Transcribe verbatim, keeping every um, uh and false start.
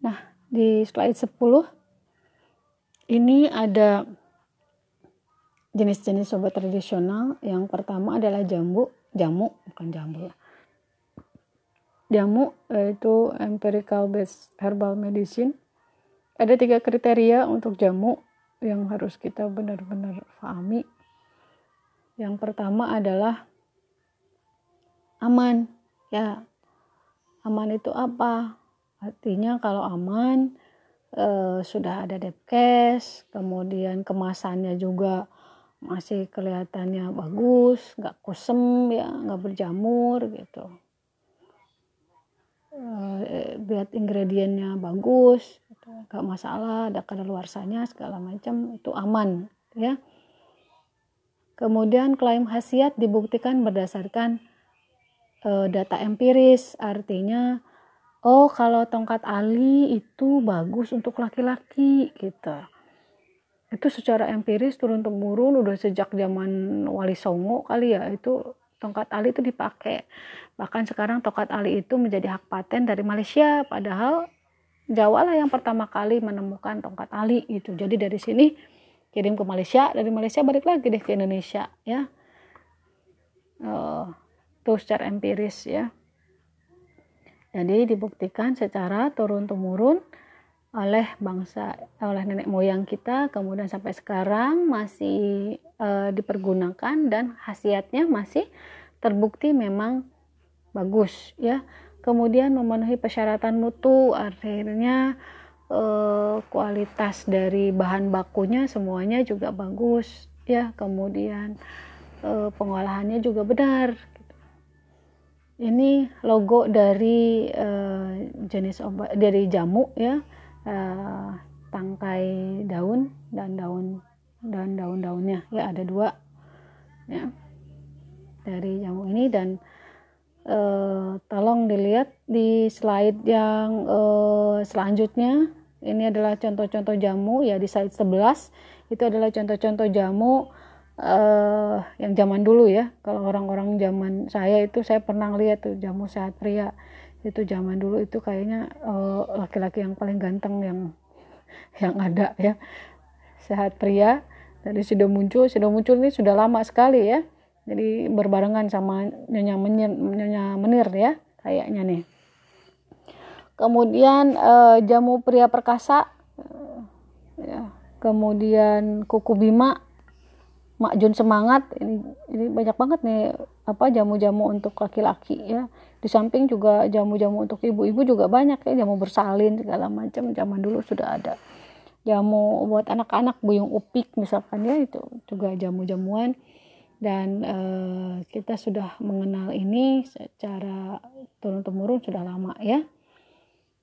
Nah, di slide sepuluh ini ada jenis-jenis obat tradisional. Yang pertama adalah jambu, jamu, bukan jambu ya. Jamu yaitu empirical based herbal medicine. Ada tiga kriteria untuk jamu yang harus kita benar-benar pahami. Yang pertama adalah aman. Ya, aman itu apa? Artinya kalau aman eh, sudah ada Depkes, kemudian kemasannya juga masih kelihatannya bagus, nggak kusem ya, nggak berjamur gitu. Eh, lihat ingredientnya bagus, gitu. Nggak masalah, ada kadaluarsanya segala macam, itu aman ya. Kemudian klaim khasiat dibuktikan berdasarkan eh, data empiris, artinya oh kalau tongkat ali itu bagus untuk laki-laki gitu. Itu secara empiris turun temurun udah sejak zaman Wali Songo kali ya, itu tongkat ali itu dipakai. Bahkan sekarang tongkat ali itu menjadi hak paten dari Malaysia, padahal Jawa lah yang pertama kali menemukan tongkat ali gitu. Jadi dari sini kirim ke Malaysia, dari Malaysia balik lagi deh ke Indonesia ya. Uh, itu secara empiris ya. Jadi dibuktikan secara turun temurun oleh bangsa, oleh nenek moyang kita, kemudian sampai sekarang masih e, dipergunakan dan khasiatnya masih terbukti memang bagus ya. Kemudian memenuhi persyaratan mutu, akhirnya e, kualitas dari bahan bakunya semuanya juga bagus ya. Kemudian e, pengolahannya juga benar. Ini logo dari e, jenis obat, dari jamu ya. Uh, tangkai daun dan daun dan daun-daunnya ya, ada dua ya dari jamu ini. Dan uh, tolong dilihat di slide yang uh, selanjutnya, ini adalah contoh-contoh jamu ya. Di slide sebelas itu adalah contoh-contoh jamu uh, yang zaman dulu ya. Kalau orang-orang zaman saya itu, saya pernah lihat tuh jamu sehat pria itu zaman dulu, itu kayaknya uh, laki-laki yang paling ganteng yang yang ada ya, sehat pria. Jadi sudah muncul sudah muncul ini sudah lama sekali ya, jadi berbarengan sama Nyonya Menir, Nyonya Menir ya kayaknya nih. Kemudian uh, jamu pria perkasa uh, ya. Kemudian kuku bima, makjun semangat, ini ini banyak banget nih apa jamu-jamu untuk laki-laki ya. Di samping juga jamu-jamu untuk ibu-ibu juga banyak ya, jamu bersalin segala macam zaman dulu sudah ada. Jamu buat anak-anak, buyung upik misalkan ya, itu juga jamu-jamuan. Dan eh, kita sudah mengenal ini secara turun-temurun sudah lama ya.